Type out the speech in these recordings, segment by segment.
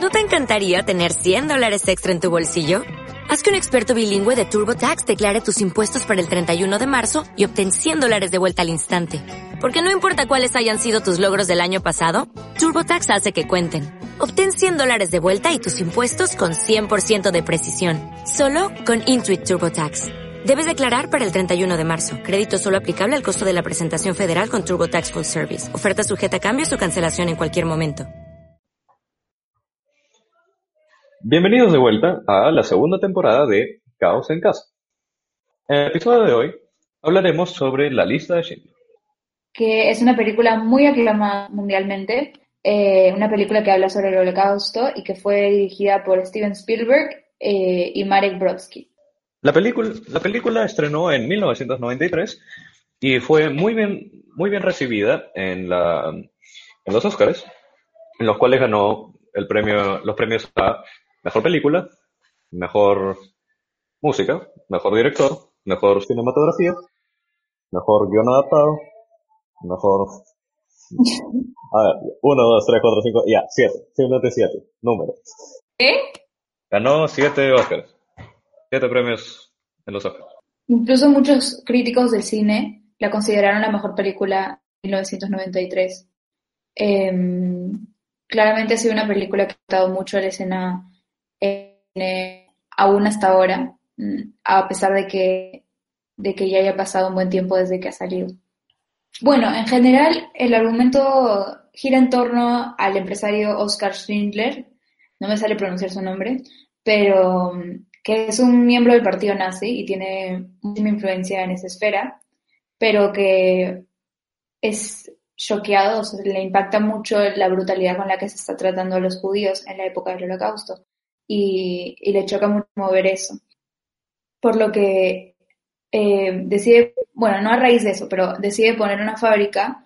¿No te encantaría tener $100 extra en tu bolsillo? Haz que un experto bilingüe de TurboTax declare tus impuestos para el 31 de marzo y obtén $100 de vuelta al instante. Porque no importa cuáles hayan sido tus logros del año pasado, TurboTax hace que cuenten. Obtén $100 de vuelta y tus impuestos con 100% de precisión. Solo con Intuit TurboTax. Debes declarar para el 31 de marzo. Crédito solo aplicable al costo de la presentación federal con TurboTax Full Service. Oferta sujeta a cambios o cancelación en cualquier momento. Bienvenidos de vuelta a la segunda temporada de Caos en Casa. En el episodio de hoy hablaremos sobre La lista de Schindler. Que es una película muy aclamada mundialmente, una película que habla sobre el Holocausto y que fue dirigida por Steven Spielberg y Marek Brodsky. La película estrenó en 1993 y fue muy bien recibida en los Oscars, en los cuales ganó los premios a Mejor Película, Mejor Música, Mejor Director, Mejor Cinematografía, Mejor Guión Adaptado, Mejor... A ver, 1, 2, 3, 4, 5, ya, 7, simplemente 7, número. ¿Qué? Ganó 7 Oscars, 7 premios en los Oscars. Incluso muchos críticos del cine la consideraron la mejor película de 1993. Claramente ha sido una película que ha estado mucho a la escena aún hasta ahora, a pesar de que ya haya pasado un buen tiempo desde que ha salido. Bueno, en general el argumento gira en torno al empresario Oskar Schindler, no me sale pronunciar su nombre, pero que es un miembro del partido nazi y tiene mucha influencia en esa esfera, pero que es choqueado, o sea, le impacta mucho la brutalidad con la que se está tratando a los judíos en la época del Holocausto y le choca mucho ver eso. Por lo que decide, bueno, no a raíz de eso, pero decide poner una fábrica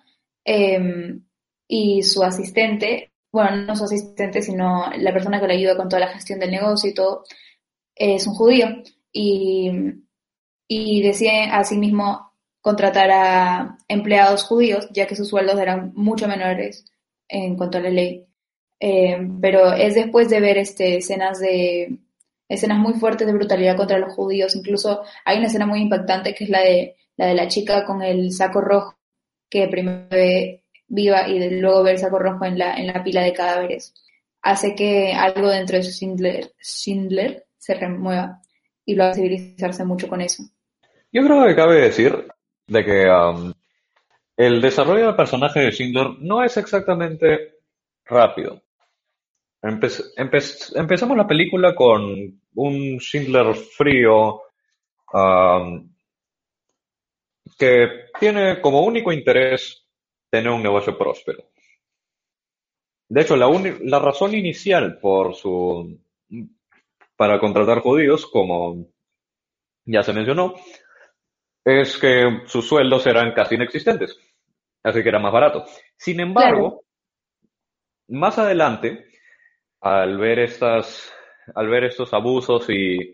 y su asistente, bueno, no su asistente, sino la persona que le ayuda con toda la gestión del negocio y todo, es un judío y decide asimismo contratar a empleados judíos, ya que sus sueldos eran mucho menores en cuanto a la ley. Pero es después de ver escenas muy fuertes de brutalidad contra los judíos. Incluso hay una escena muy impactante que es la de la chica con el saco rojo, que primero ve viva y luego ve el saco rojo en la pila de cadáveres. Hace que algo dentro de Schindler se remueva y lo hace civilizarse mucho con eso. Yo creo que cabe decir de que el desarrollo del personaje de Schindler no es exactamente rápido. Empezamos la película con un Schindler frío que tiene como único interés tener un negocio próspero. De hecho, la razón inicial para contratar judíos, como ya se mencionó, es que sus sueldos eran casi inexistentes, así que era más barato. Sin embargo, más adelante, al ver estos abusos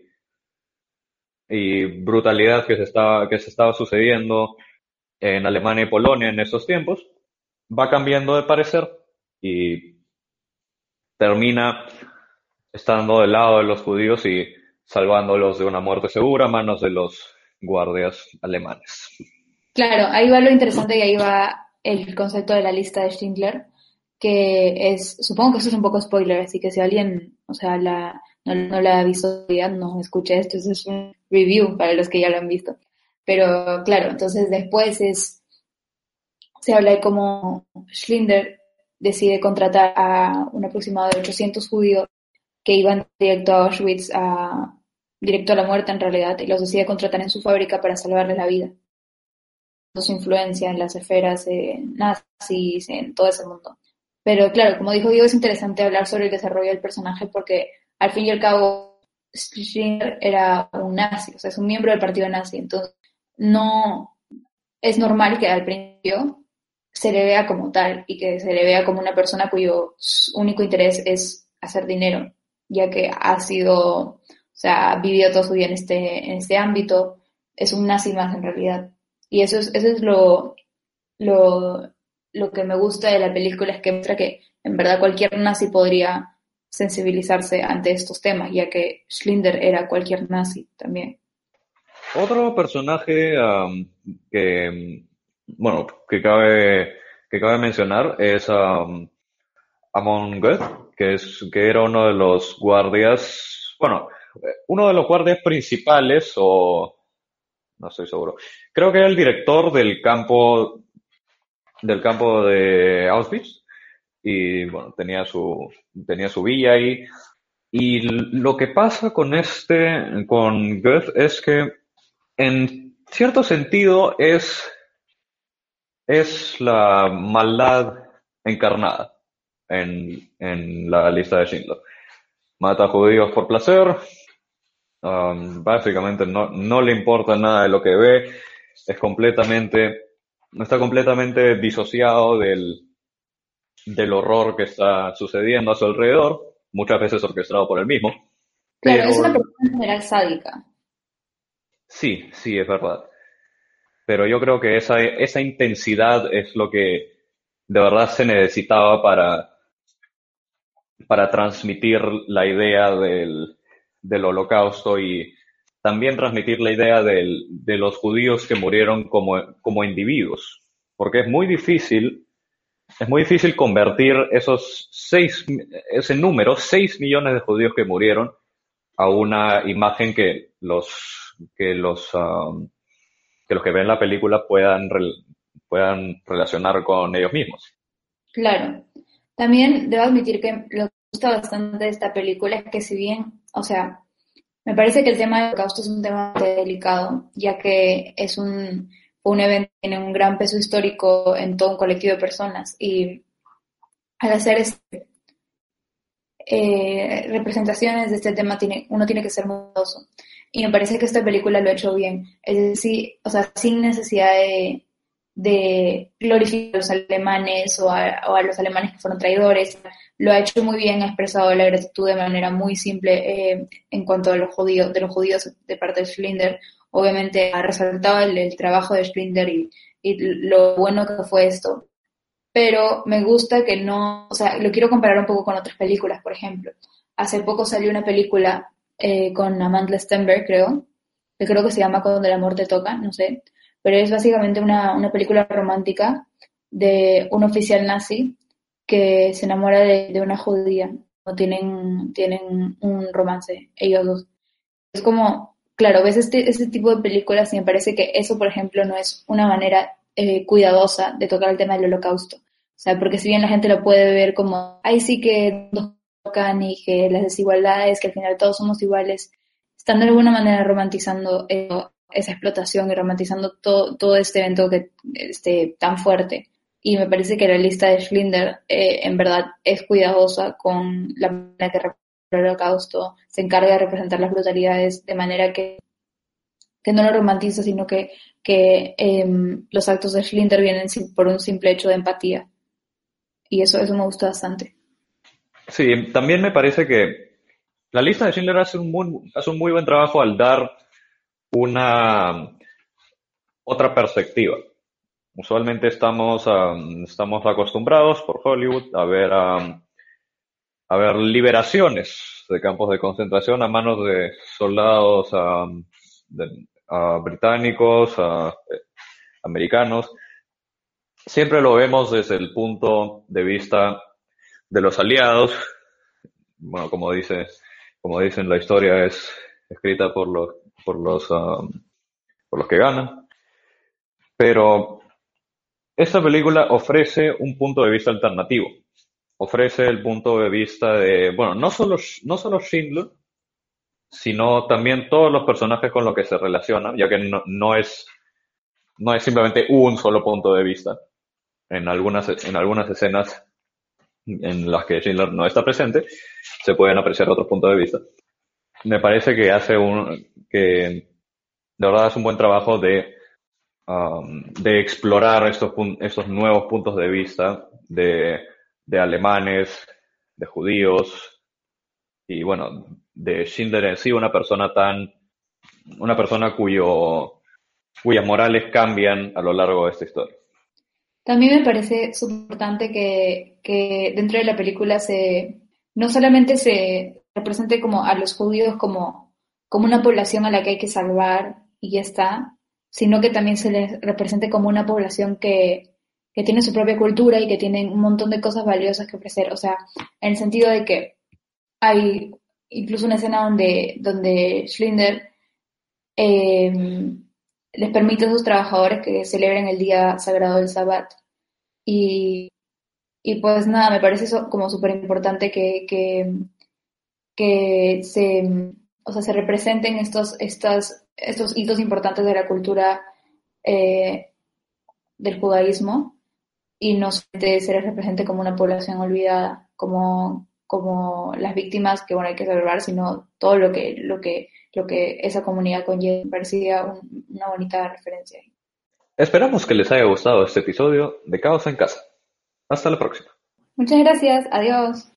y brutalidad que se estaba sucediendo en Alemania y Polonia en esos tiempos, va cambiando de parecer y termina estando del lado de los judíos y salvándolos de una muerte segura a manos de los guardias alemanes. Claro, ahí va lo interesante y ahí va el concepto de la lista de Schindler, que es, supongo que eso es un poco spoiler, así que si alguien, o sea, no la ha visto todavía, no escucha esto, eso es un review para los que ya lo han visto. Pero claro, entonces después se habla de cómo Schindler decide contratar a un aproximado de 800 judíos que iban directo a Auschwitz, directo a la muerte en realidad, y los decide contratar en su fábrica para salvarles la vida. Su influencia en las esferas nazis, en todo ese mundo. Pero claro, como dijo Diego, es interesante hablar sobre el desarrollo del personaje porque al fin y al cabo Schindler era un nazi, o sea, es un miembro del partido nazi, entonces no es normal que al principio se le vea como tal y que se le vea como una persona cuyo único interés es hacer dinero, ya que ha vivido toda su vida en este ámbito, es un nazi más en realidad. Y eso es lo que me gusta de la película, es que muestra que en verdad cualquier nazi podría sensibilizarse ante estos temas, ya que Schindler era cualquier nazi también. Otro personaje bueno, que cabe mencionar es Amon Goeth, que era uno de los guardias, bueno, uno de los guardias principales, o no estoy seguro. Creo que era el director del campo de Auschwitz, y bueno, tenía su villa ahí. Y lo que pasa con Goethe es que en cierto sentido es la maldad encarnada en la lista de Schindler. Mata a judíos por placer, básicamente no le importa nada de lo que ve, está completamente disociado del horror que está sucediendo a su alrededor, muchas veces orquestado por él mismo. Claro, es Pero una persona en general sádica. sí, sí, es verdad. Pero yo creo que esa intensidad es lo que de verdad se necesitaba para transmitir la idea del holocausto, y también transmitir la idea de los judíos que murieron como individuos. Porque es muy difícil convertir ese número, 6 millones de judíos que murieron, a una imagen que los que ven la película puedan relacionar con ellos mismos. Claro. También debo admitir que lo que me gusta bastante de esta película es que si bien, o sea, me parece que el tema del holocausto es un tema bastante delicado, ya que fue un evento que tiene un gran peso histórico en todo un colectivo de personas y al hacer representaciones de este tema uno tiene que ser muy cuidadoso. Y me parece que esta película lo ha hecho bien. Es decir, o sea, sin necesidad de glorificar a los alemanes o a los alemanes que fueron traidores. Lo ha hecho muy bien, ha expresado la gratitud de manera muy simple en cuanto a de los judíos de parte de Schindler. Obviamente ha resaltado el trabajo de Schindler y lo bueno que fue esto. Pero me gusta que no, o sea, lo quiero comparar un poco con otras películas, por ejemplo. Hace poco salió una película con Amandla Stenberg, que creo que se llama Cuando el amor te toca, no sé, pero es básicamente una película romántica de un oficial nazi que se enamora de una judía, o tienen un romance, ellos dos. Es como, claro, ves este tipo de películas y me parece que eso, por ejemplo, no es una manera cuidadosa de tocar el tema del holocausto. O sea, porque si bien la gente lo puede ver como, ay, sí que nos tocan y que las desigualdades, que al final todos somos iguales, están de alguna manera romantizando esa explotación y romantizando todo este evento tan fuerte. Y me parece que la lista de Schindler en verdad es cuidadosa con la manera que representa el holocausto, se encarga de representar las brutalidades de manera que no lo romantiza, sino que los actos de Schindler vienen por un simple hecho de empatía. Y eso me gusta bastante. Sí, también me parece que la lista de Schindler hace un muy buen trabajo al dar una otra perspectiva. Usualmente estamos acostumbrados por Hollywood a ver liberaciones de campos de concentración a manos de soldados británicos, americanos. Siempre lo vemos desde el punto de vista de los aliados. Bueno, como dicen, la historia es escrita por los que ganan. Pero esta película ofrece un punto de vista alternativo. Ofrece el punto de vista de, bueno, no solo Schindler, sino también todos los personajes con los que se relaciona, ya que no es simplemente un solo punto de vista. En algunas escenas en las que Schindler no está presente, se pueden apreciar otros puntos de vista. Me parece que que de verdad es un buen trabajo de explorar estos nuevos puntos de vista de alemanes, de judíos, y bueno, de Schindler en sí, una persona cuyas morales cambian a lo largo de esta historia. También me parece súper importante que dentro de la película se no solamente se represente como a los judíos como una población a la que hay que salvar y ya está, sino que también se les represente como una población que tiene su propia cultura y que tiene un montón de cosas valiosas que ofrecer. O sea, en el sentido de que hay incluso una escena donde Schlinder eh, les permite a sus trabajadores que celebren el día sagrado del Sabbat. Y, y pues nada, me parece eso como súper importante que o sea, se representen estos hitos importantes de la cultura eh, del judaísmo y no solamente se les represente como una población olvidada, como las víctimas que bueno hay que celebrar, sino todo lo que esa comunidad conlleva. Me parecía una bonita referencia. Esperamos que les haya gustado este episodio de Caos en Casa. Hasta la próxima. Muchas gracias, adiós.